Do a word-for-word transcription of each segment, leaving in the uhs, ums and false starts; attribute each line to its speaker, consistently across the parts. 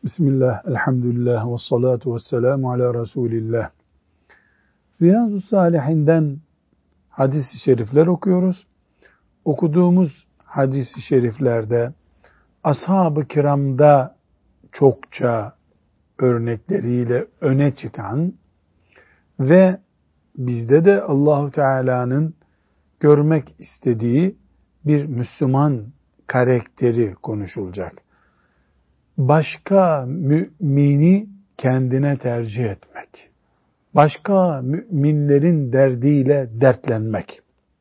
Speaker 1: Bismillah, elhamdülillah, ve salatu ve selamu ala Resulillah. Riyazu Salihinden hadis-i şerifler okuyoruz. Okuduğumuz hadis-i şeriflerde ashab-ı kiramda çokça örnekleriyle öne çıkan ve bizde de Allahu Teala'nın görmek istediği bir Müslüman karakteri konuşulacak. Başka mümini kendine tercih etmek, başka müminlerin derdiyle dertlenmek,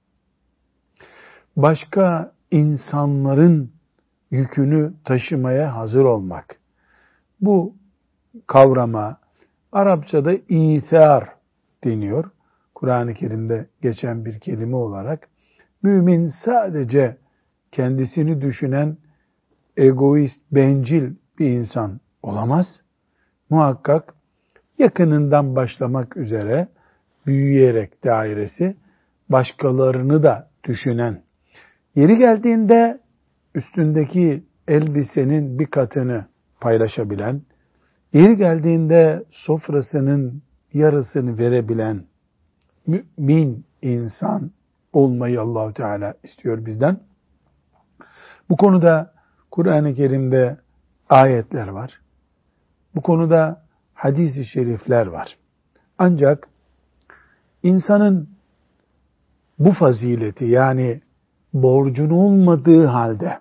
Speaker 1: başka insanların yükünü taşımaya hazır olmak. Bu kavrama Arapçada İthar deniyor. Kur'an-ı Kerim'de geçen bir kelime olarak. Mümin sadece kendisini düşünen egoist, bencil bir insan olamaz. Muhakkak yakınından başlamak üzere büyüyerek dairesi başkalarını da düşünen, yeri geldiğinde üstündeki elbisenin bir katını paylaşabilen, yeri geldiğinde sofrasının yarısını verebilen mümin insan olmayı Allah-u Teala istiyor bizden. Bu konuda Kur'an-ı Kerim'de ayetler var. Bu konuda hadis-i şerifler var. Ancak insanın bu fazileti, yani borcun olmadığı halde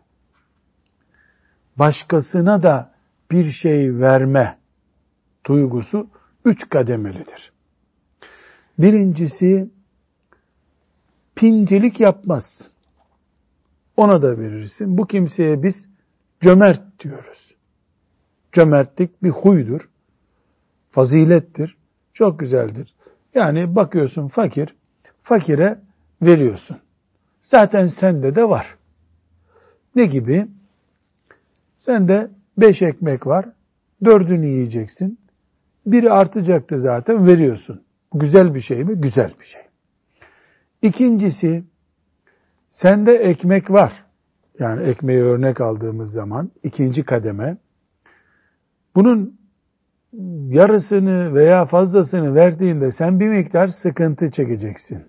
Speaker 1: başkasına da bir şey verme duygusu üç kademelidir. Birincisi, pincelik yapmaz. Ona da verirsin. Bu kimseye biz cömert diyoruz. Cömertlik bir huydur. Fazilettir. Çok güzeldir. Yani bakıyorsun fakir, fakire veriyorsun. Zaten sende de var. Ne gibi? Sende beş ekmek var. Dördünü yiyeceksin. Biri artacaktı zaten, veriyorsun. Güzel bir şey mi? Güzel bir şey. İkincisi, sende ekmek var. Yani ekmeği örnek aldığımız zaman ikinci kademe. Bunun yarısını veya fazlasını verdiğinde sen bir miktar sıkıntı çekeceksin.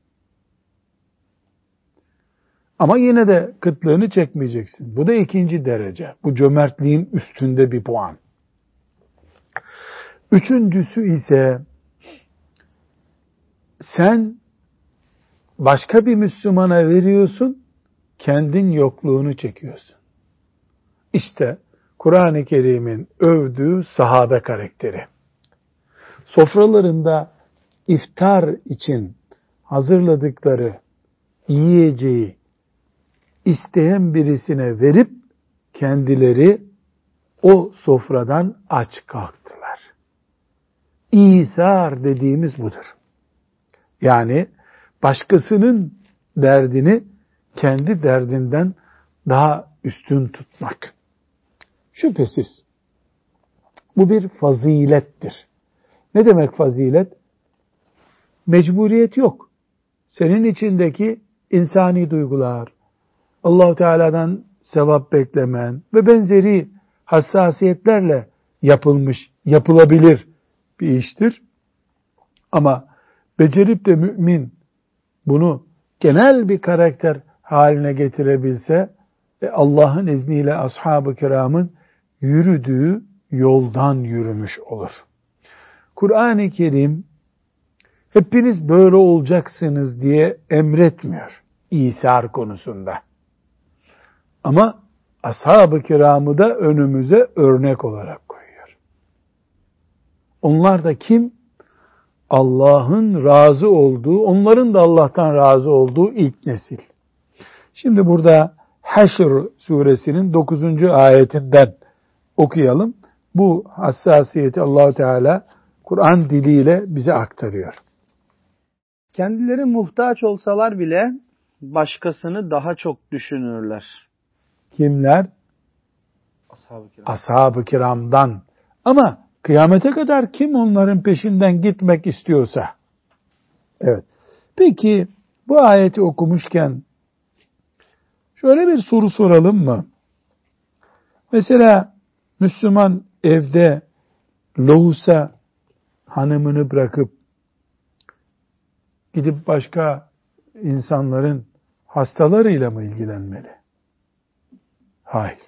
Speaker 1: Ama yine de kıtlığını çekmeyeceksin. Bu da ikinci derece. Bu cömertliğin üstünde bir puan. Üçüncüsü ise sen başka bir Müslümana veriyorsun, kendin yokluğunu çekiyorsun. İşte Kur'an-ı Kerim'in övdüğü sahabe karakteri. Sofralarında iftar için hazırladıkları yiyeceği isteyen birisine verip kendileri o sofradan aç kalktılar. İthar dediğimiz budur. Yani başkasının derdini kendi derdinden daha üstün tutmak. Şüphesiz bu bir fazilettir. Ne demek fazilet? Mecburiyet yok. Senin içindeki insani duygular, Allah-u Teala'dan sevap beklemen ve benzeri hassasiyetlerle yapılmış, yapılabilir bir iştir. Ama becerip de mümin bunu genel bir karakter haline getirebilse, Allah'ın izniyle ashab-ı kiramın yürüdüğü yoldan yürümüş olur. Kur'an-ı Kerim hepiniz böyle olacaksınız diye emretmiyor İthar konusunda. Ama ashab-ı kiramı da önümüze örnek olarak koyuyor. Onlar da kim? Allah'ın razı olduğu, onların da Allah'tan razı olduğu ilk nesil. Şimdi burada Haşr suresinin dokuzuncu ayetinden okuyalım. Bu hassasiyeti Allah-u Teala Kur'an diliyle bize aktarıyor.
Speaker 2: Kendileri muhtaç olsalar bile başkasını daha çok düşünürler.
Speaker 1: Kimler?
Speaker 2: Ashab-ı kiram.
Speaker 1: Ashab-ı kiramdan. Ama kıyamete kadar kim onların peşinden gitmek istiyorsa. Evet. Peki bu ayeti okumuşken şöyle bir soru soralım mı? Mesela Müslüman evde lohusa hanımını bırakıp gidip başka insanların hastalarıyla mı ilgilenmeli? Hayır.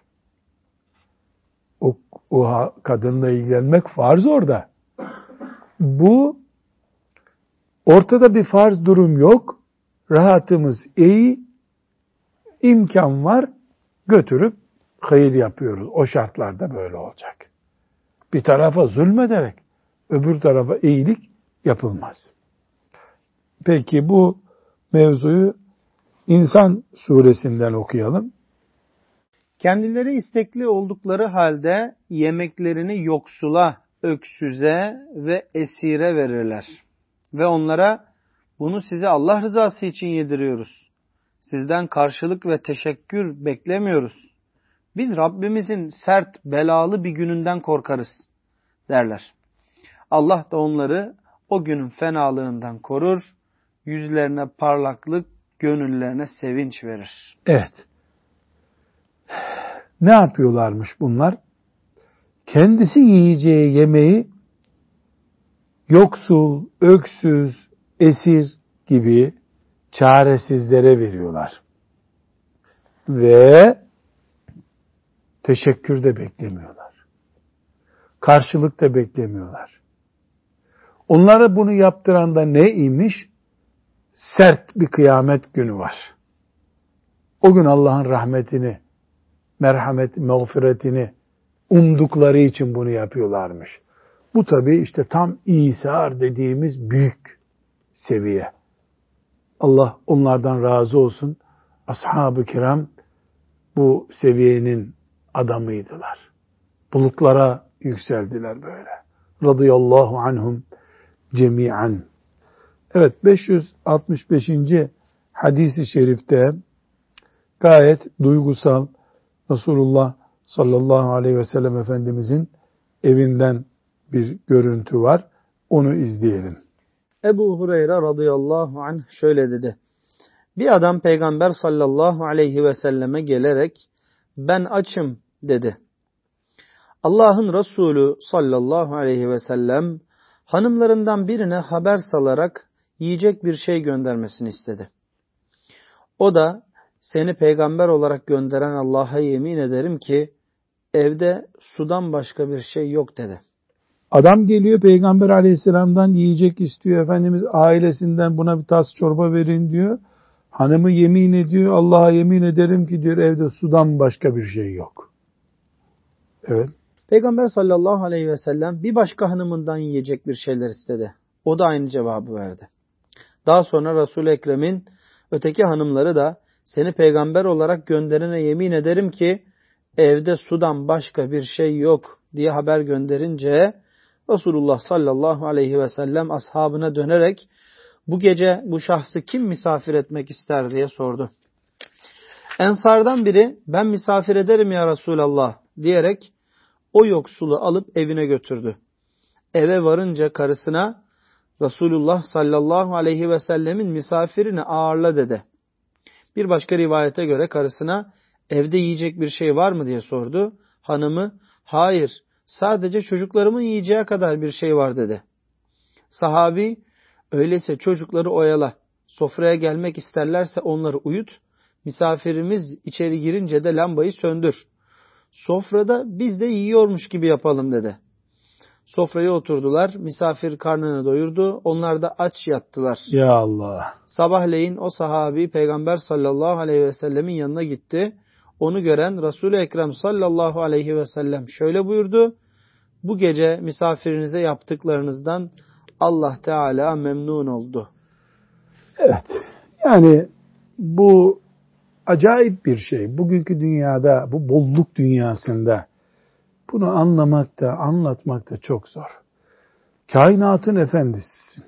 Speaker 1: O, o kadınla ilgilenmek farz orada. Bu ortada bir farz durum yok. Rahatımız iyi, imkan var, götürüp hayır yapıyoruz. O şartlarda böyle olacak. Bir tarafa zulmederek öbür tarafa iyilik yapılmaz. Peki bu mevzuyu İnsan suresinden okuyalım.
Speaker 2: Kendileri istekli oldukları halde yemeklerini yoksula, öksüze ve esire verirler. Ve onlara bunu size Allah rızası için yediriyoruz. Sizden karşılık ve teşekkür beklemiyoruz. Biz Rabbimizin sert, belalı bir gününden korkarız derler. Allah da onları o günün fenalığından korur, yüzlerine parlaklık, gönüllerine sevinç verir.
Speaker 1: Evet. Ne yapıyorlarmış bunlar? Kendisi yiyeceği yemeği yoksul, öksüz, esir gibi çaresizlere veriyorlar. Ve teşekkür de beklemiyorlar. Karşılık da beklemiyorlar. Onlara bunu yaptıran da neymiş? Sert bir kıyamet günü var. O gün Allah'ın rahmetini, merhamet, mağfiretini umdukları için bunu yapıyorlarmış. Bu tabii işte tam İsar dediğimiz büyük seviye. Allah onlardan razı olsun. Ashab-ı kiram bu seviyenin adamıydılar. Bulutlara yükseldiler böyle. Radıyallahu anhum cemi'an. Evet, beş yüz altmış beşinci hadis-i şerifte gayet duygusal Resulullah sallallahu aleyhi ve sellem Efendimizin evinden bir görüntü var. Onu izleyelim.
Speaker 2: Ebu Hureyre radıyallahu anh şöyle dedi. Bir adam Peygamber sallallahu aleyhi ve selleme gelerek ben açım dedi. Allah'ın Resulü sallallahu aleyhi ve sellem hanımlarından birine haber salarak yiyecek bir şey göndermesini istedi. O da seni peygamber olarak gönderen Allah'a yemin ederim ki evde sudan başka bir şey yok dedi.
Speaker 1: Adam geliyor Peygamber aleyhisselamdan yiyecek istiyor. Efendimiz ailesinden buna bir tas çorba verin diyor. Hanımı yemin ediyor. Allah'a yemin ederim ki diyor evde sudan başka bir şey yok. Evet.
Speaker 2: Peygamber sallallahu aleyhi ve sellem bir başka hanımından yiyecek bir şeyler istedi. O da aynı cevabı verdi. Daha sonra Resul-i Ekrem'in öteki hanımları da seni peygamber olarak gönderene yemin ederim ki evde sudan başka bir şey yok diye haber gönderince Resulullah sallallahu aleyhi ve sellem ashabına dönerek bu gece bu şahsı kim misafir etmek ister diye sordu. Ensardan biri ben misafir ederim ya Resulallah diyerek o yoksulu alıp evine götürdü. Eve varınca karısına Resulullah sallallahu aleyhi ve sellemin misafirini ağırla dedi. Bir başka rivayete göre karısına evde yiyecek bir şey var mı diye sordu. Hanımı hayır sadece çocuklarımın yiyeceği kadar bir şey var dedi. Sahabi öyleyse çocukları oyala, sofraya gelmek isterlerse onları uyut, misafirimiz içeri girince de lambayı söndür. Sofrada biz de yiyormuş gibi yapalım dedi. Sofraya oturdular, misafir karnını doyurdu, onlar da aç yattılar.
Speaker 1: Ya Allah!
Speaker 2: Sabahleyin o sahabi Peygamber sallallahu aleyhi ve sellemin yanına gitti. Onu gören Resul-i Ekrem sallallahu aleyhi ve sellem şöyle buyurdu. Bu gece misafirinize yaptıklarınızdan Allah Teala memnun oldu.
Speaker 1: Evet, yani bu acayip bir şey. Bugünkü dünyada, bu bolluk dünyasında bunu anlamak da, anlatmak da çok zor. Kainatın efendisisin.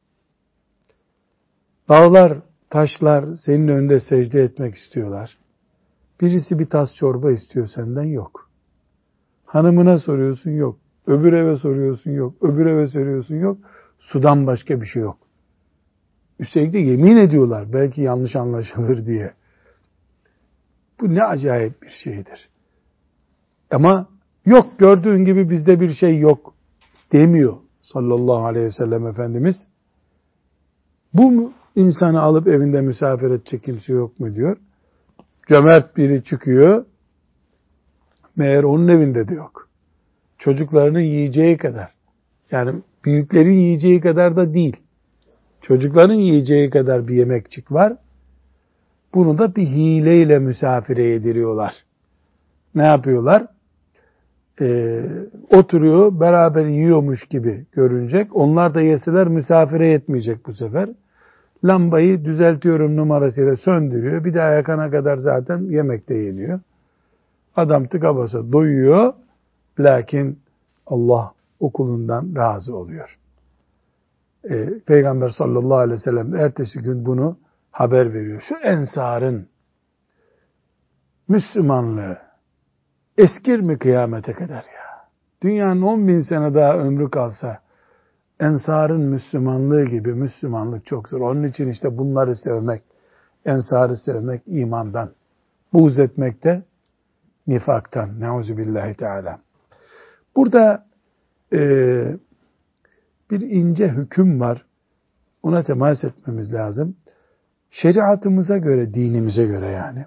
Speaker 1: Dağlar, taşlar senin önünde secde etmek istiyorlar. Birisi bir tas çorba istiyor senden, yok. Hanımına soruyorsun, yok. Öbür eve soruyorsun, yok. Öbür eve soruyorsun, yok. Sudan başka bir şey yok. Üstelik de yemin ediyorlar belki yanlış anlaşılır diye. Bu ne acayip bir şeydir. Ama Yok gördüğün gibi bizde bir şey yok demiyor sallallahu aleyhi ve sellem Efendimiz. Bu insanı alıp evinde misafir edecek kimse yok mu diyor. Cömert biri çıkıyor. Meğer onun evinde de yok. Çocuklarının yiyeceği kadar. Yani büyüklerin yiyeceği kadar da değil. Çocukların yiyeceği kadar bir yemekçik var. Bunu da bir hileyle misafire yediriyorlar. Ne yapıyorlar? Ee, oturuyor, beraber yiyormuş gibi görünecek. Onlar da yeseler misafire yetmeyecek bu sefer. Lambayı düzeltiyorum numarasıyla söndürüyor. Bir daha yakana kadar zaten yemekte yeniyor. Adam tıka basa doyuyor. Lakin Allah o kulundan razı oluyor. Ee, Peygamber sallallahu aleyhi ve sellem ertesi gün bunu haber veriyor. Şu ensarın Müslümanlığı eskir mi kıyamete kadar ya? Dünyanın on bin sene daha ömrü kalsa ensarın Müslümanlığı gibi Müslümanlık çok zor. Onun için işte bunları sevmek, ensarı sevmek imandan, buğz etmek de nifaktan. Neuzubillahi teala. Burada e, bir ince hüküm var. Ona temas etmemiz lazım. Şeriatımıza göre, dinimize göre yani.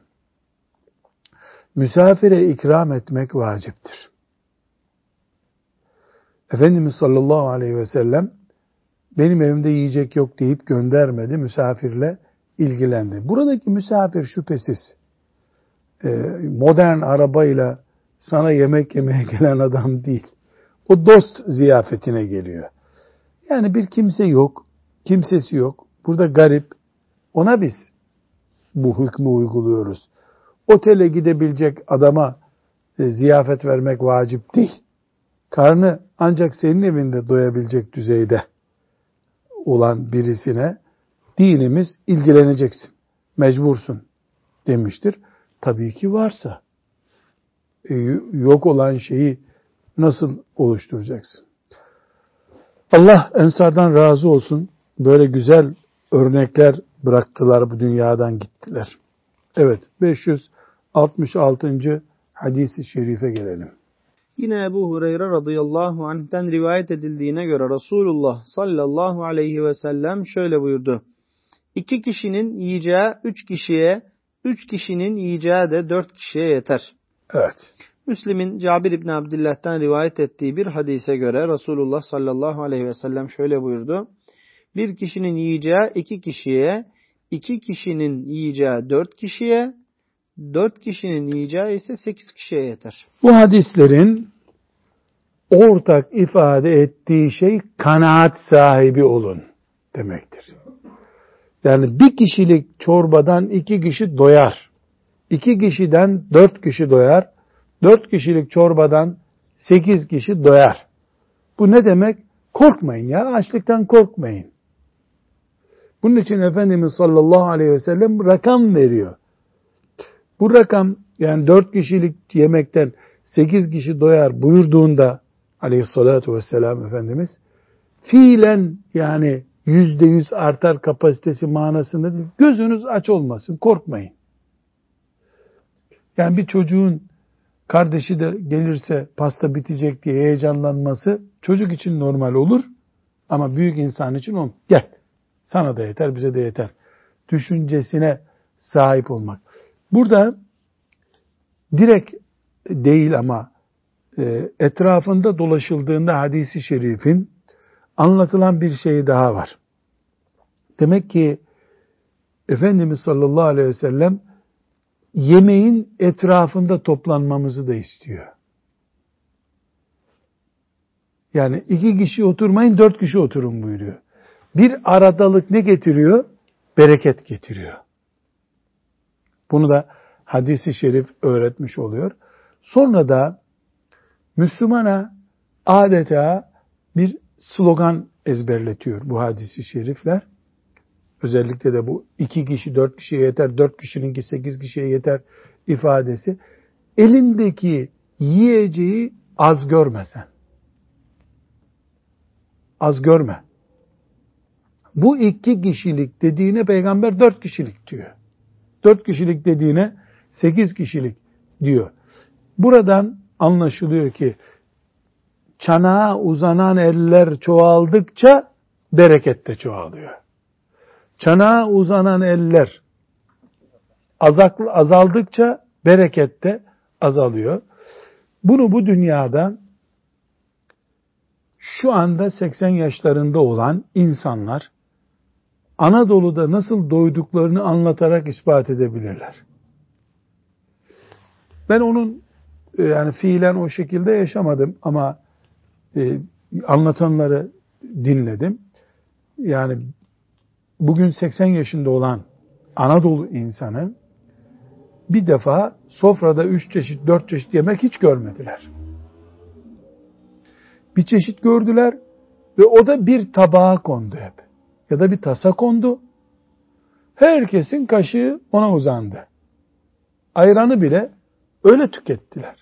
Speaker 1: Misafire ikram etmek vaciptir. Efendimiz sallallahu aleyhi ve sellem benim evimde yiyecek yok deyip göndermedi. Misafirle ilgilendi. Buradaki misafir şüphesiz modern arabayla sana yemek yemeye gelen adam değil. O dost ziyafetine geliyor. Yani bir kimse yok, kimsesi yok. Burada garip. Ona biz bu hükmü uyguluyoruz. Otele gidebilecek adama e, ziyafet vermek vacip değil. Karnı ancak senin evinde doyabilecek düzeyde olan birisine dinimiz ilgileneceksin, mecbursun demiştir. Tabii ki varsa e, yok olan şeyi nasıl oluşturacaksın? Allah ensardan razı olsun. Böyle güzel örnekler bıraktılar, bu dünyadan gittiler. Evet, beş yüz altmış altıncı hadis-i şerife gelelim.
Speaker 2: Yine Ebu Hureyre radıyallahu anh'ten rivayet edildiğine göre Resulullah sallallahu aleyhi ve sellem şöyle buyurdu. İki kişinin yiyeceği üç kişiye, üç kişinin yiyeceği de dört kişiye yeter.
Speaker 1: Evet.
Speaker 2: Müslim'in Cabir İbni Abdillah'tan rivayet ettiği bir hadise göre Resulullah sallallahu aleyhi ve sellem şöyle buyurdu. Bir kişinin yiyeceği iki kişiye, iki kişinin yiyeceği dört kişiye, dört kişinin yiyeceği ise sekiz kişiye yeter.
Speaker 1: Bu hadislerin ortak ifade ettiği şey kanaat sahibi olun demektir. Yani bir kişilik çorbadan iki kişi doyar. İki kişiden dört kişi doyar. Dört kişilik çorbadan sekiz kişi doyar. Bu ne demek? Korkmayın ya, açlıktan korkmayın. Bunun için Efendimiz sallallahu aleyhi ve sellem rakam veriyor. Bu rakam yani dört kişilik yemekten sekiz kişi doyar buyurduğunda aleyhissalatu vesselam Efendimiz fiilen yani yüzde yüz artar kapasitesi manasında değil. Gözünüz aç olmasın, korkmayın. Yani bir çocuğun kardeşi de gelirse pasta bitecek diye heyecanlanması çocuk için normal olur ama büyük insan için olmaz. Gel, sana da yeter, bize de yeter düşüncesine sahip olmak. Burada direkt değil ama e, etrafında dolaşıldığında hadisi şerifin anlatılan bir şey daha var. Demek ki Efendimiz sallallahu aleyhi ve sellem yemeğin etrafında toplanmamızı da istiyor. Yani iki kişi oturmayın, dört kişi oturun buyuruyor. Bir aradalık ne getiriyor? Bereket getiriyor. Bunu da hadis-i şerif öğretmiş oluyor. Sonra da Müslümana adeta bir slogan ezberletiyor bu hadis-i şerifler. Özellikle de bu iki kişi dört kişiye yeter, dört kişininki sekiz kişiye yeter ifadesi. Elindeki yiyeceği az görmesen. Az görme. Bu iki kişilik dediğine Peygamber dört kişilik diyor. Dört kişilik dediğine sekiz kişilik diyor. Buradan anlaşılıyor ki çanağa uzanan eller çoğaldıkça bereket de çoğalıyor. Çanağa uzanan eller azaldıkça bereket de azalıyor. Bunu bu dünyada şu anda seksen yaşlarında olan insanlar Anadolu'da nasıl doyduklarını anlatarak ispat edebilirler. Ben onun yani fiilen o şekilde yaşamadım ama e, anlatanları dinledim. Yani bugün seksen yaşında olan Anadolu insanı bir defa sofrada üç çeşit, dört çeşit yemek hiç görmediler. Bir çeşit gördüler ve o da bir tabağa kondu hep. Ya da bir tasa kondu. Herkesin kaşığı ona uzandı. Ayranı bile öyle tükettiler.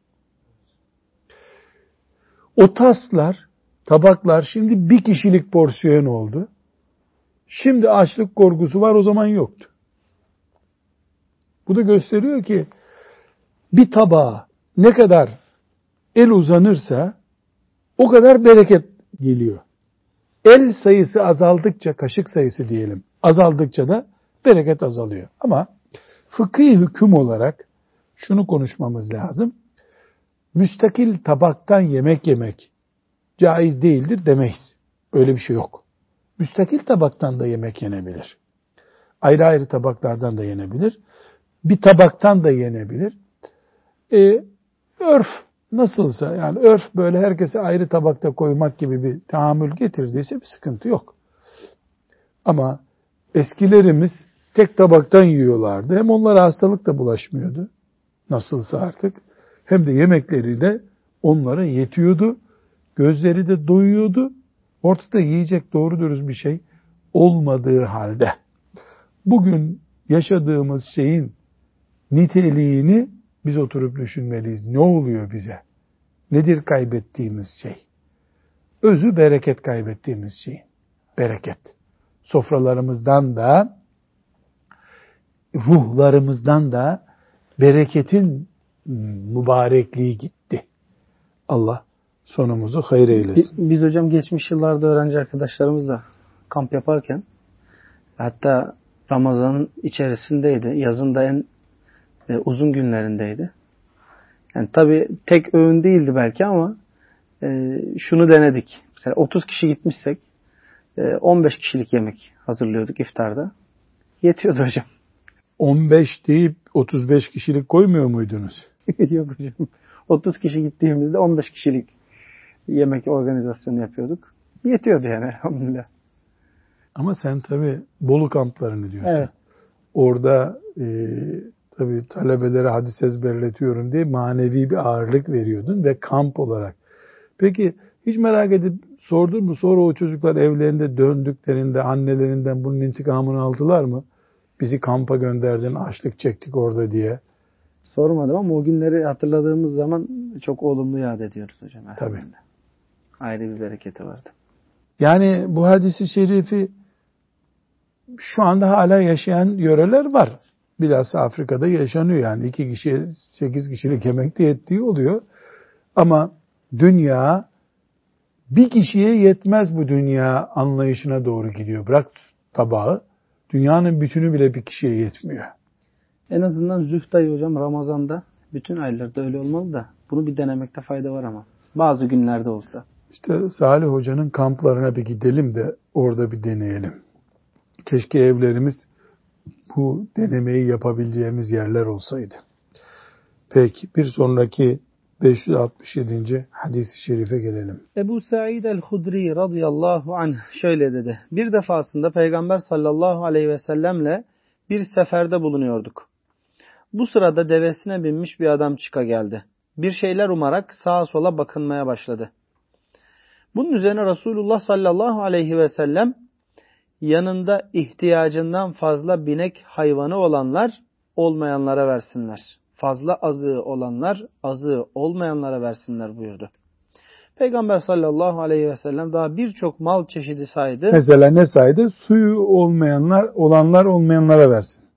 Speaker 1: O taslar, tabaklar şimdi bir kişilik porsiyon oldu. Şimdi açlık korkusu var, o zaman yoktu. Bu da gösteriyor ki bir tabağa ne kadar el uzanırsa o kadar bereket geliyor. El sayısı azaldıkça, kaşık sayısı diyelim, azaldıkça da bereket azalıyor. Ama fıkhi hüküm olarak şunu konuşmamız lazım. Müstakil tabaktan yemek yemek caiz değildir demeyiz. Öyle bir şey yok. Müstakil tabaktan da yemek yenebilir. Ayrı ayrı tabaklardan da yenebilir. Bir tabaktan da yenebilir. E, örf nasılsa, yani örf böyle herkese ayrı tabakta koymak gibi bir tahammül getirdiyse bir sıkıntı yok. Ama eskilerimiz tek tabaktan yiyorlardı. Hem onlara hastalık da bulaşmıyordu. Nasılsa artık. Hem de yemekleri de onlara yetiyordu. Gözleri de doyuyordu. Ortada yiyecek doğru dürüst bir şey olmadığı halde bugün yaşadığımız şeyin niteliğini biz oturup düşünmeliyiz. Ne oluyor bize? Nedir kaybettiğimiz şey? Özü bereket kaybettiğimiz şey. Bereket. Sofralarımızdan da ruhlarımızdan da bereketin mübarekliği gitti. Allah sonumuzu hayır eylesin.
Speaker 2: Biz hocam geçmiş yıllarda öğrenci arkadaşlarımızla kamp yaparken, hatta Ramazan'ın içerisindeydi. Yazın da en e, uzun günlerindeydi. Yani tabii tek öğün değildi belki ama e, şunu denedik. Mesela otuz kişi gitmişsek e, on beş kişilik yemek hazırlıyorduk iftarda. Yetiyordu hocam.
Speaker 1: on beş deyip otuz beş kişilik koymuyor muydunuz?
Speaker 2: Yok hocam. otuz kişi gittiğimizde on beş kişilik yemek organizasyonu yapıyorduk. Yetiyordu yani elhamdülillah.
Speaker 1: Ama sen tabii Bolu kamplarını diyorsun.
Speaker 2: Evet.
Speaker 1: Orada e, tabii talebelere hadis ezberletiyorum diye manevi bir ağırlık veriyordun ve kamp olarak. Peki hiç merak edip sordun mu? Sonra o çocuklar evlerinde döndüklerinde annelerinden bunun intikamını aldılar mı? Bizi kampa gönderdin, açlık çektik orada diye.
Speaker 2: Sormadım ama o günleri hatırladığımız zaman çok olumlu yad ediyoruz hocam.
Speaker 1: Tabii.
Speaker 2: Ayrı bir bereketi vardı.
Speaker 1: Yani bu hadisi şerifi şu anda hala yaşayan yöreler var. Bilhassa Afrika'da yaşanıyor yani. iki kişiye sekiz kişilik yemek de yettiği oluyor. Ama dünya bir kişiye yetmez bu dünya anlayışına doğru gidiyor. Bırak tabağı. Dünyanın bütünü bile bir kişiye yetmiyor.
Speaker 2: En azından zühd ayı hocam Ramazan'da bütün aylarda öyle olmalı da bunu bir denemekte fayda var ama. Bazı günlerde olsa.
Speaker 1: İşte Salih Hoca'nın kamplarına bir gidelim de orada bir deneyelim. Keşke evlerimiz bu denemeyi yapabileceğimiz yerler olsaydı. Peki bir sonraki beş yüz altmış yedinci hadis-i şerife gelelim.
Speaker 2: Ebu Said el-Hudri radıyallahu anh şöyle dedi. Bir defasında Peygamber sallallahu aleyhi ve sellemle bir seferde bulunuyorduk. Bu sırada devesine binmiş bir adam çıka geldi. Bir şeyler umarak sağa sola bakınmaya başladı. Bunun üzerine Resulullah sallallahu aleyhi ve sellem yanında ihtiyacından fazla binek hayvanı olanlar olmayanlara versinler. Fazla azığı olanlar azığı olmayanlara versinler buyurdu. Peygamber sallallahu aleyhi ve sellem daha birçok mal çeşidi saydı.
Speaker 1: Mesela ne saydı? Suyu olmayanlar, olanlar olmayanlara versin.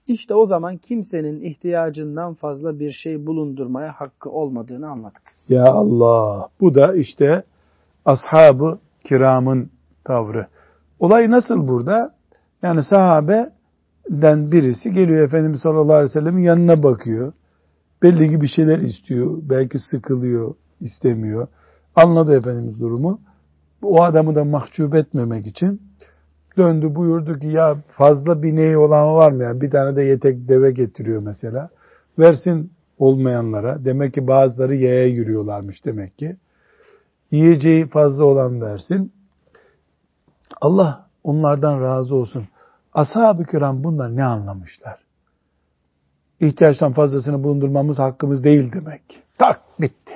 Speaker 2: İşte o zaman kimsenin ihtiyacından fazla bir şey bulundurmaya hakkı olmadığını anladık.
Speaker 1: Ya Allah! Bu da işte ashab-ı kiramın tavrı. Olay nasıl burada? Yani sahabeden birisi geliyor Efendimiz sallallahu aleyhi ve sellem'in yanına bakıyor. Belli ki bir şeyler istiyor. Belki sıkılıyor, istemiyor. Anladı Efendimiz durumu. O adamı da mahcup etmemek için döndü, buyurdu ki ya fazla bineği olan var mı? Yani bir tane de yetek deve getiriyor mesela. Versin olmayanlara. Demek ki bazıları yaya yürüyorlarmış demek ki. Yiyeceği fazla olan versin. Allah onlardan razı olsun. Ashab-ı kiram bunlar ne anlamışlar? İhtiyaçtan fazlasını bulundurmamız hakkımız değil demek ki. Tak bitti.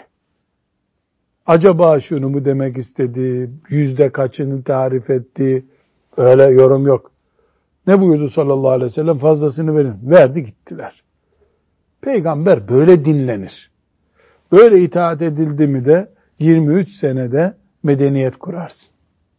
Speaker 1: Acaba şunu mu demek istedi? Yüzde kaçını tarif etti? Öyle yorum yok. Ne buyurdu sallallahu aleyhi ve sellem? Fazlasını verin. Verdi gittiler. Peygamber böyle dinlenir. Böyle itaat edildi mi de yirmi üç senede medeniyet kurarsın.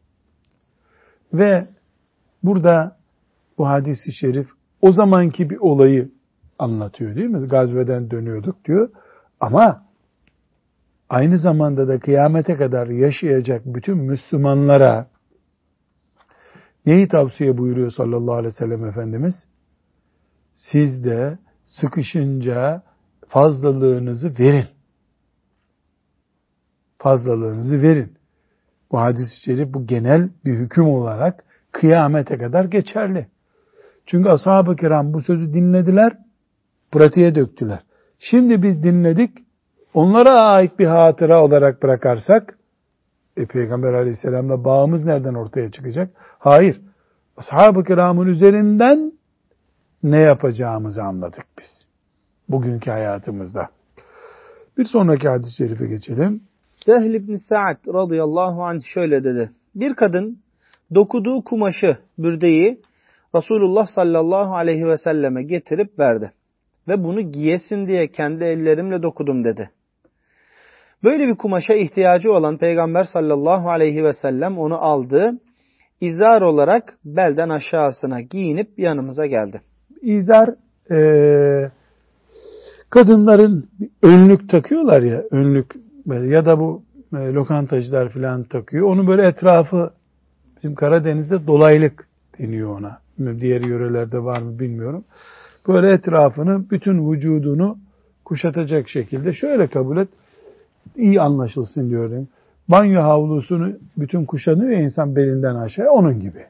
Speaker 1: Ve burada bu hadis-i şerif o zamanki bir olayı anlatıyor değil mi? Gazveden dönüyorduk diyor. Ama aynı zamanda da kıyamete kadar yaşayacak bütün Müslümanlara neyi tavsiye buyuruyor sallallahu aleyhi ve sellem Efendimiz? Siz de sıkışınca fazlalığınızı verin. Fazlalığınızı verin. Bu hadis-i şerif bu genel bir hüküm olarak kıyamete kadar geçerli. Çünkü ashab-ı kiram bu sözü dinlediler, pratiğe döktüler. Şimdi biz dinledik, onlara ait bir hatıra olarak bırakarsak, e, Peygamber aleyhisselamla bağımız nereden ortaya çıkacak? Hayır. Ashab-ı kiramın üzerinden ne yapacağımızı anladık biz. Bugünkü hayatımızda. Bir sonraki hadis-i şerife geçelim.
Speaker 2: Sehl ibn Sa'd radıyallahu anh şöyle dedi. Bir kadın dokuduğu kumaşı, bürdeyi Resulullah sallallahu aleyhi ve selleme getirip verdi. Ve bunu giyesin diye kendi ellerimle dokudum dedi. Böyle bir kumaşa ihtiyacı olan Peygamber sallallahu aleyhi ve sellem onu aldı. İzar olarak belden aşağısına giyinip yanımıza geldi.
Speaker 1: İzar e, kadınların önlük takıyorlar ya, önlük ya da bu e, lokantacılar falan takıyor. Onun böyle etrafı bizim Karadeniz'de dolaylık deniyor ona. Diğer yörelerde var mı bilmiyorum. Böyle etrafını, bütün vücudunu kuşatacak şekilde şöyle kabul et. İyi anlaşılsın diyorum. Banyo havlusunu bütün kuşanıyor ya insan belinden aşağı, onun gibi.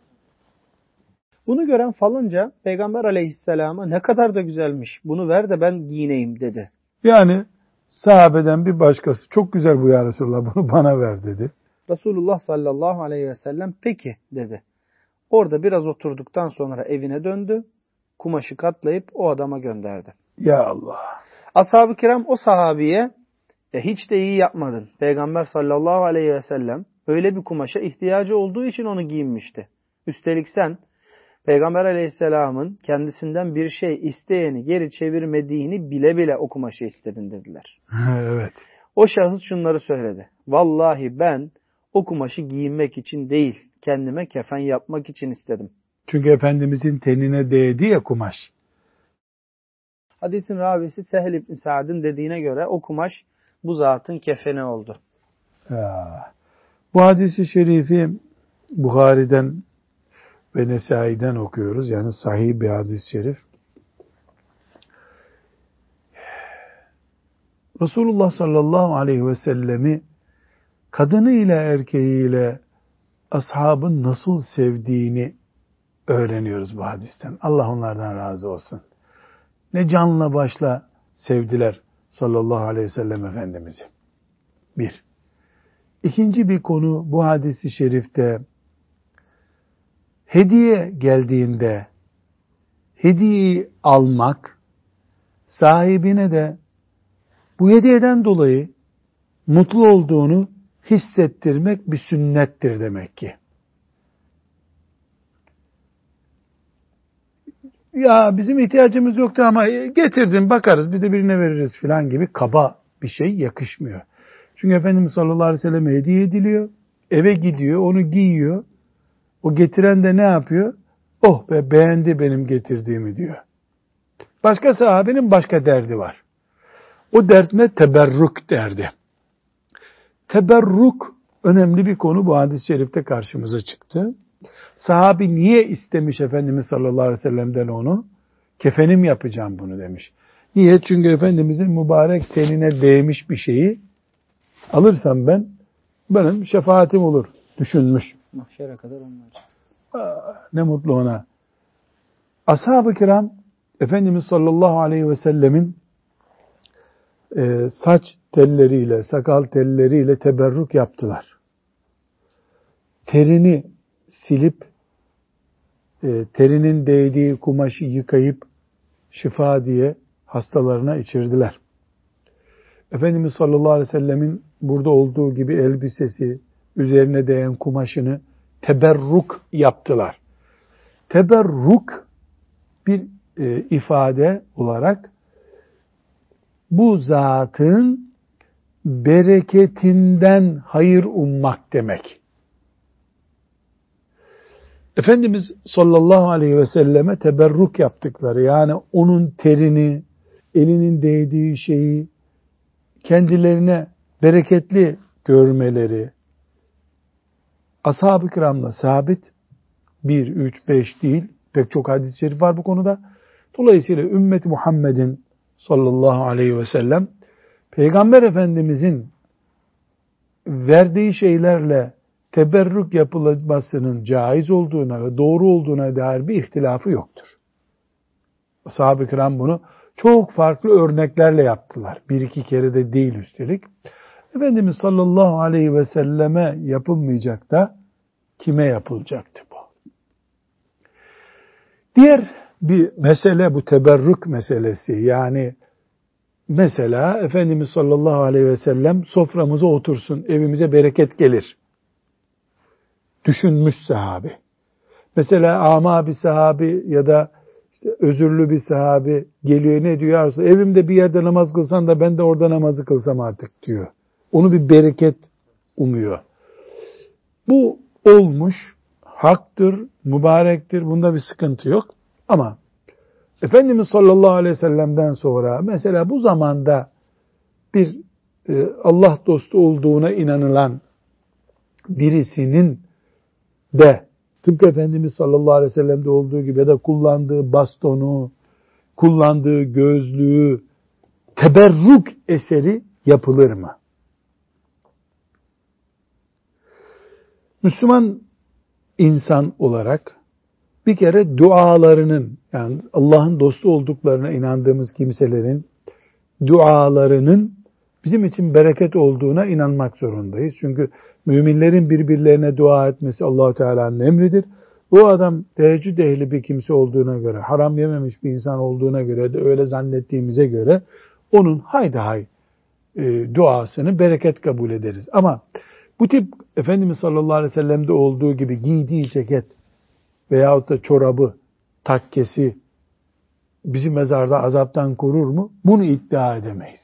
Speaker 2: Bunu gören falınca Peygamber aleyhisselama ne kadar da güzelmiş, bunu ver de ben giyineyim dedi.
Speaker 1: Yani sahabeden bir başkası çok güzel bu ya Resulallah, bunu bana ver dedi.
Speaker 2: Resulullah sallallahu aleyhi ve sellem peki dedi. Orada biraz oturduktan sonra evine döndü. Kumaşı katlayıp o adama gönderdi.
Speaker 1: Ya Allah.
Speaker 2: Ashab-ı kiram o sahabiye e, hiç de iyi yapmadın. Peygamber sallallahu aleyhi ve sellem öyle bir kumaşa ihtiyacı olduğu için onu giyinmişti. Üstelik sen Peygamber aleyhisselamın kendisinden bir şey isteyeni geri çevirmediğini bile bile o kumaşı istedin dediler.
Speaker 1: Evet.
Speaker 2: O şahıs şunları söyledi. Vallahi ben o kumaşı giyinmek için değil, kendime kefen yapmak için istedim.
Speaker 1: Çünkü Efendimizin tenine değdi ya kumaş.
Speaker 2: Hadisin ravisi Sehl ibn Sa'd'ın dediğine göre o kumaş bu zatın kefeni oldu.
Speaker 1: Ya. Bu hadisi şerifi Buhari'den ve Nesai'den okuyoruz. Yani sahih bir hadis-i şerif. Resulullah sallallahu aleyhi ve sellemi kadınıyla erkeğiyle ashabın nasıl sevdiğini öğreniyoruz bu hadisten. Allah onlardan razı olsun. Ne canla başla sevdiler sallallahu aleyhi ve sellem Efendimiz'i. Bir. İkinci bir konu bu hadis-i şerifte hediye geldiğinde hediyeyi almak, sahibine de bu hediyeden dolayı mutlu olduğunu hissettirmek bir sünnettir demek ki. Ya bizim ihtiyacımız yoktu ama getirdim bakarız bir de birine veririz falan gibi kaba bir şey yakışmıyor. Çünkü Efendimiz sallallahu aleyhi ve sellem hediye ediliyor, eve gidiyor, onu giyiyor. O getiren de ne yapıyor? Oh be beğendi benim getirdiğimi diyor. Başka sahabenin başka derdi var. O dert ne? Teberruk derdi. Teberruk önemli bir konu, bu hadis-i şerifte karşımıza çıktı. Sahabi niye istemiş Efendimiz sallallahu aleyhi ve sellem'den onu? Kefenim yapacağım bunu demiş. Niye? Çünkü Efendimizin mübarek tenine değmiş bir şeyi alırsam ben, benim şefaatim olur düşünmüş.
Speaker 2: Mahşere kadar onlar.
Speaker 1: Aa, ne mutlu ona. Ashab-ı kiram Efendimiz sallallahu aleyhi ve sellemin e, saç telleriyle, sakal telleriyle teberruk yaptılar. Terini silip, e, terinin değdiği kumaşı yıkayıp şifa diye hastalarına içirdiler. Efendimiz sallallahu aleyhi ve sellemin burada olduğu gibi elbisesi, üzerine değen kumaşını teberruk yaptılar. Teberruk bir e, ifade olarak bu zatın bereketinden hayır ummak demek. Efendimiz sallallahu aleyhi ve selleme teberruk yaptıkları, yani onun terini, elinin değdiği şeyi kendilerine bereketli görmeleri ashab-ı kiramla sabit. Bir, üç, beş değil, pek çok hadis-i şerif var bu konuda. Dolayısıyla ümmeti Muhammed'in sallallahu aleyhi ve sellem Peygamber Efendimizin verdiği şeylerle teberrük yapılmasının caiz olduğuna ve doğru olduğuna dair bir ihtilafı yoktur. Ashab-ı kiram bunu çok farklı örneklerle yaptılar. Bir iki kere de değil üstelik. Efendimiz sallallahu aleyhi ve selleme yapılmayacak da kime yapılacaktı bu? Diğer bir mesele bu teberrük meselesi. Yani mesela Efendimiz sallallahu aleyhi ve sellem soframıza otursun, evimize bereket gelir düşünmüş sahabi. Mesela ama bir sahabi ya da işte özürlü bir sahabi geliyor, ne diyor? Evimde bir yerde namaz kılsan da ben de orada namazı kılsam artık diyor. Onu bir bereket umuyor. Bu olmuş, haktır, mübarektir. Bunda bir sıkıntı yok. Ama Efendimiz sallallahu aleyhi ve sellem'den sonra mesela bu zamanda bir e, Allah dostu olduğuna inanılan birisinin de tıpkı Efendimiz sallallahu aleyhi ve sellem'de olduğu gibi ya da kullandığı bastonu, kullandığı gözlüğü teberrük eseri yapılır mı? Müslüman insan olarak bir kere dualarının, yani Allah'ın dostu olduklarına inandığımız kimselerin dualarının bizim için bereket olduğuna inanmak zorundayız. Çünkü müminlerin birbirlerine dua etmesi Allah-u Teala'nın emridir. Bu adam teheccüd ehli bir kimse olduğuna göre, haram yememiş bir insan olduğuna göre de öyle zannettiğimize göre onun haydi hay e, duasını bereket kabul ederiz. Ama bu tip Efendimiz sallallahu aleyhi ve sellem'de olduğu gibi giydiği ceket veyahut da çorabı, takkesi bizi mezarda azaptan korur mu? Bunu iddia edemeyiz.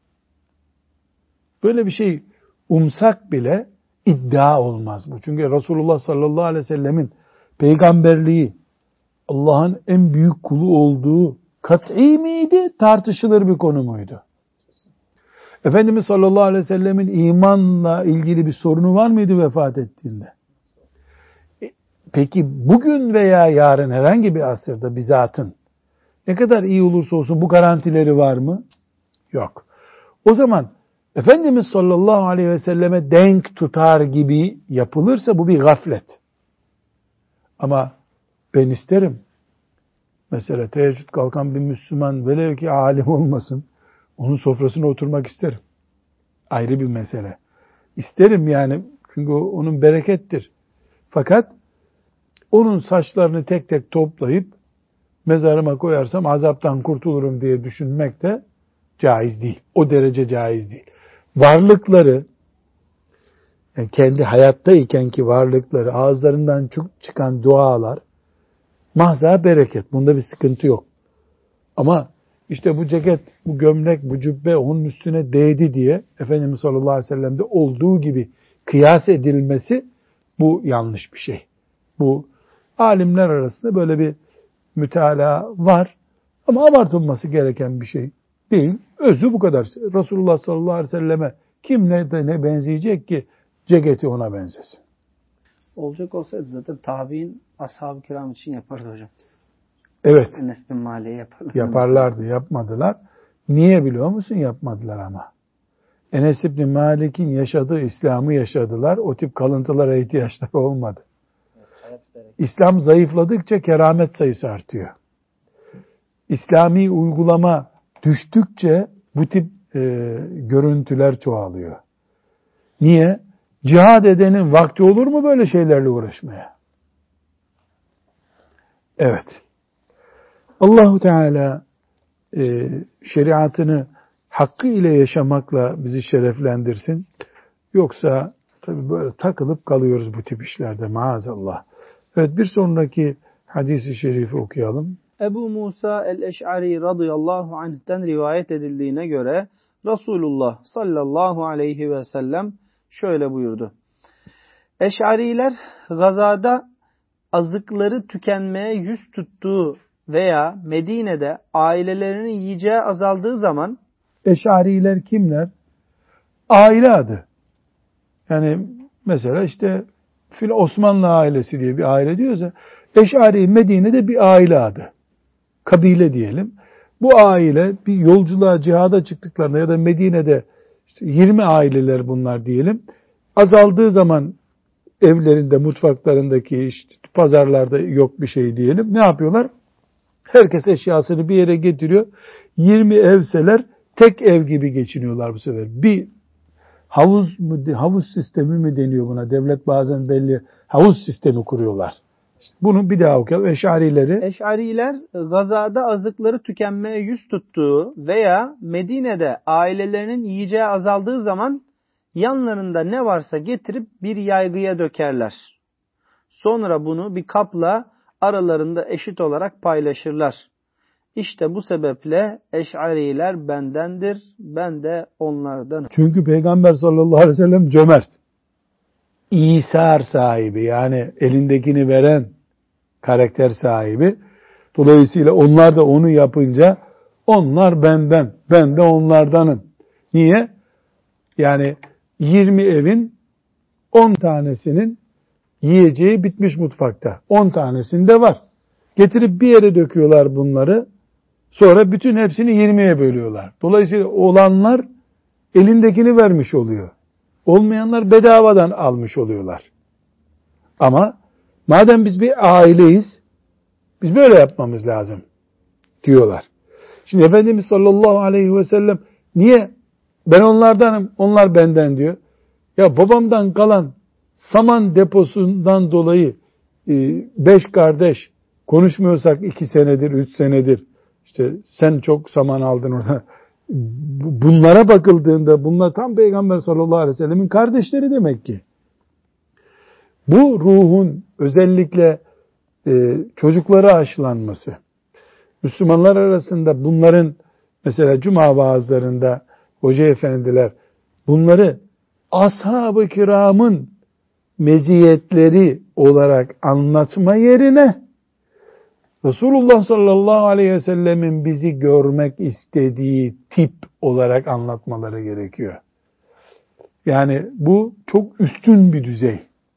Speaker 1: Böyle bir şey umsak bile iddia olmaz bu. Çünkü Resulullah sallallahu aleyhi ve sellemin peygamberliği, Allah'ın en büyük kulu olduğu kat'i miydi? Tartışılır bir konu muydu? Efendimiz sallallahu aleyhi ve sellemin imanla ilgili bir sorunu var mıydı vefat ettiğinde? Peki bugün veya yarın herhangi bir asırda bir zatın ne kadar iyi olursa olsun bu garantileri var mı? Yok. O zaman Efendimiz sallallahu aleyhi ve selleme denk tutar gibi yapılırsa bu bir gaflet. Ama ben isterim. Mesela teheccüd kalkan bir Müslüman velev ki alim olmasın, onun sofrasına oturmak isterim. Ayrı bir mesele. İsterim yani, çünkü onun berekettir. Fakat onun saçlarını tek tek toplayıp mezarıma koyarsam azaptan kurtulurum diye düşünmek de caiz değil. O derece caiz değil. Varlıkları, yani kendi hayattayken ki varlıkları, ağızlarından çıkan dualar mahza bereket. Bunda bir sıkıntı yok. Ama işte bu ceket, bu gömlek, bu cübbe onun üstüne değdi diye Efendimiz sallallahu aleyhi ve sellem'de olduğu gibi kıyas edilmesi, bu yanlış bir şey. Bu alimler arasında böyle bir mütalaa var. Ama abartılması gereken bir şey değil. Özü bu kadar. Resulullah sallallahu aleyhi ve selleme kim ne de ne benzeyecek ki ceketi ona benzesin.
Speaker 2: Olacak olsaydı zaten tabi'in ashab-ı kiram için yapardı hocam.
Speaker 1: Evet.
Speaker 2: Enes bin Malik'e yaparlardı.
Speaker 1: Yaparlardı, yapmadılar. Niye biliyor musun? Yapmadılar ama. Enes bin Malik'in yaşadığı İslam'ı yaşadılar. O tip kalıntılara ihtiyaçları olmadı. İslam zayıfladıkça keramet sayısı artıyor. İslami uygulama düştükçe bu tip e, görüntüler çoğalıyor. Niye? Cihad edenin vakti olur mu böyle şeylerle uğraşmaya? Evet. Allahu Teala e, şeriatını hakkı ile yaşamakla bizi şereflendirsin. Yoksa tabii böyle takılıp kalıyoruz bu tip işlerde maazallah. Evet, bir sonraki hadis-i şerifi okuyalım.
Speaker 2: Ebu Musa el-Eş'ari radıyallahu anh'ten rivayet edildiğine göre Resulullah sallallahu aleyhi ve sellem şöyle buyurdu. Eş'ariler gazada azıkları tükenmeye yüz tuttuğu veya Medine'de ailelerinin yiyeceği azaldığı zaman.
Speaker 1: Eş'ariler kimler? Aile adı. Yani mesela işte Fil Osmanlı ailesi diye bir aile diyorsa, Eş'ari Medine'de bir aile adı. Kabile diyelim. Bu aile bir yolculuğa, cihada çıktıklarında ya da Medine'de işte yirmi aileler bunlar diyelim. Azaldığı zaman evlerinde, mutfaklarındaki, işte pazarlarda yok bir şey diyelim. Ne yapıyorlar? Herkes eşyasını bir yere getiriyor. yirmi evseler tek ev gibi geçiniyorlar bu sefer. Bir havuz mu, havuz sistemi mi deniyor buna? Devlet bazen belli havuz sistemi kuruyorlar. İşte bunu bir daha okuyalım. Eş'arileri.
Speaker 2: Eş'ariler gazada azıkları tükenmeye yüz tuttuğu veya Medine'de ailelerinin yiyeceği azaldığı zaman yanlarında ne varsa getirip bir yaygıya dökerler. Sonra bunu bir kapla aralarında eşit olarak paylaşırlar. İşte bu sebeple Eş'ariler bendendir, ben de onlardan.
Speaker 1: Çünkü Peygamber sallallahu aleyhi ve sellem cömert. İsar sahibi, yani elindekini veren karakter sahibi. Dolayısıyla onlar da onu yapınca onlar benden, ben de onlardanım. Niye? Yani yirmi evin on tanesinin yiyeceği bitmiş mutfakta. on tanesinde var. Getirip bir yere döküyorlar bunları. Sonra bütün hepsini yirmiye bölüyorlar. Dolayısıyla olanlar elindekini vermiş oluyor. Olmayanlar bedavadan almış oluyorlar. Ama madem biz bir aileyiz, biz böyle yapmamız lazım diyorlar. Şimdi Efendimiz sallallahu aleyhi ve sellem niye ben onlardanım, onlar benden diyor. Ya babamdan kalan saman deposundan dolayı beş kardeş konuşmuyorsak iki senedir, üç senedir, işte sen çok saman aldın orada. Bunlara bakıldığında bunlar tam Peygamber sallallahu aleyhi ve sellemin kardeşleri demek ki. Bu ruhun özellikle e, çocuklara aşılanması, Müslümanlar arasında bunların mesela cuma vaazlarında hoca efendiler bunları ashab-ı kiramın meziyetleri olarak anlatma yerine Resulullah sallallahu aleyhi ve sellemin bizi görmek istediği tip olarak anlatmaları gerekiyor. Yani bu çok üstün bir düzey.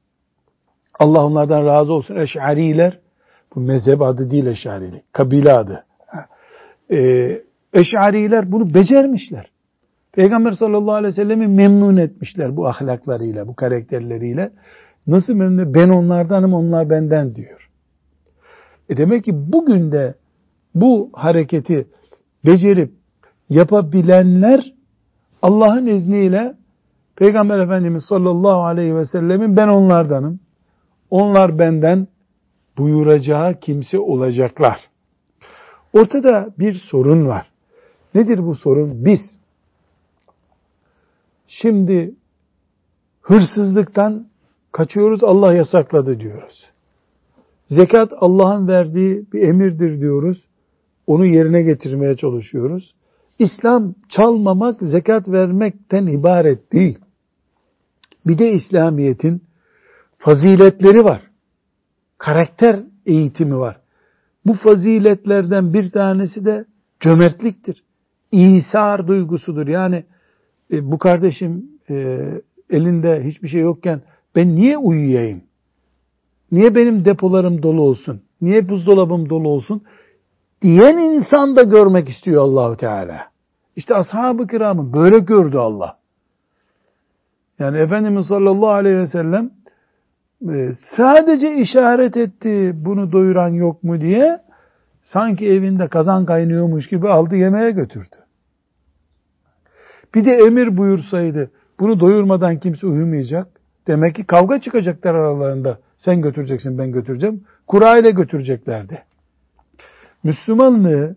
Speaker 1: Allah onlardan razı olsun. Eş'ariler, bu mezhep adı değil Eş'arilik, kabile adı. Ee, Eş'ariler bunu becermişler. Peygamber sallallahu aleyhi ve sellem'i memnun etmişler bu ahlaklarıyla, bu karakterleriyle. Nasıl memnun? Ben onlardanım, onlar benden diyor. E demek ki bugün de bu hareketi becerip yapabilenler Allah'ın izniyle Peygamber Efendimiz sallallahu aleyhi ve sellemin ben onlardanım, onlar benden buyuracağı kimse olacaklar. Ortada bir sorun var. Nedir bu sorun? Biz şimdi hırsızlıktan kaçıyoruz, Allah yasakladı diyoruz. Zekat Allah'ın verdiği bir emirdir diyoruz. Onu yerine getirmeye çalışıyoruz. İslam çalmamak, zekat vermekten ibaret değil. Bir de İslamiyet'in faziletleri var. Karakter eğitimi var. Bu faziletlerden bir tanesi de cömertliktir. İsar duygusudur. Yani e, bu kardeşim e, elinde hiçbir şey yokken ben niye uyuyayım? Niye benim depolarım dolu olsun? Niye buzdolabım dolu olsun? Diyen insan da görmek istiyor Allahu Teala. İşte ashab-ı kiramı böyle gördü Allah. Yani Efendimiz sallallahu aleyhi ve sellem sadece işaret etti bunu doyuran yok mu diye, sanki evinde kazan kaynıyormuş gibi aldı yemeğe götürdü. Bir de emir buyursaydı bunu doyurmadan kimse uyumayacak. Demek ki kavga çıkacaklar aralarında. Sen götüreceksin, ben götüreceğim. Kura ile götüreceklerdi. Müslümanlığı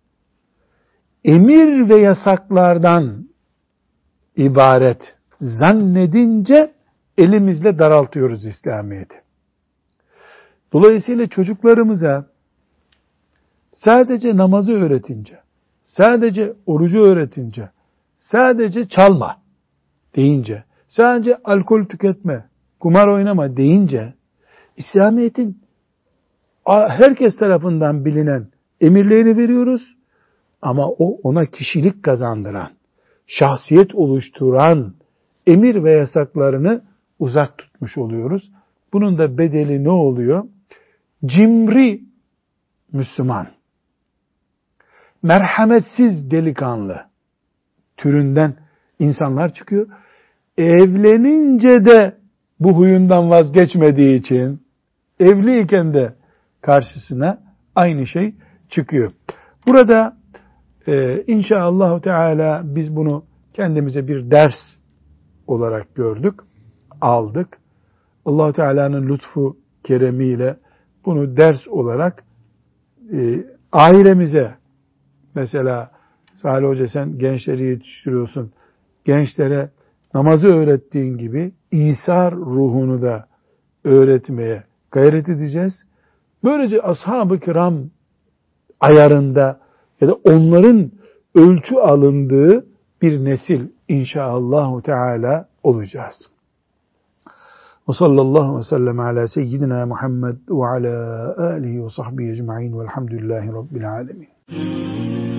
Speaker 1: emir ve yasaklardan ibaret zannedince elimizle daraltıyoruz İslamiyet'i. Dolayısıyla çocuklarımıza sadece namazı öğretince, sadece orucu öğretince, sadece çalma deyince, sadece alkol tüketme, kumar oynama deyince, İslamiyet'in herkes tarafından bilinen emirlerini veriyoruz ama o ona kişilik kazandıran, şahsiyet oluşturan emir ve yasaklarını uzak tutmuş oluyoruz. Bunun da bedeli ne oluyor? Cimri Müslüman, merhametsiz delikanlı türünden insanlar çıkıyor. Evlenince de bu huyundan vazgeçmediği için evliyken de karşısına aynı şey çıkıyor. Burada e, inşallah Teala biz bunu kendimize bir ders olarak gördük, aldık. Allah Teala'nın lütfu keremiyle bunu ders olarak e, ailemize, mesela Salih Hoca sen gençleri yetiştiriyorsun, gençlere namazı öğrettiğin gibi İsar ruhunu da öğretmeye gayret edeceğiz. Böylece ashab-ı kiram ayarında ya da onların ölçü alındığı bir nesil inşaallahu teala olacağız. Ve sallallahu ve sellem ala seyyidina Muhammed ve ala alihi ve sahbihi ecma'in velhamdülillahi rabbil alemin.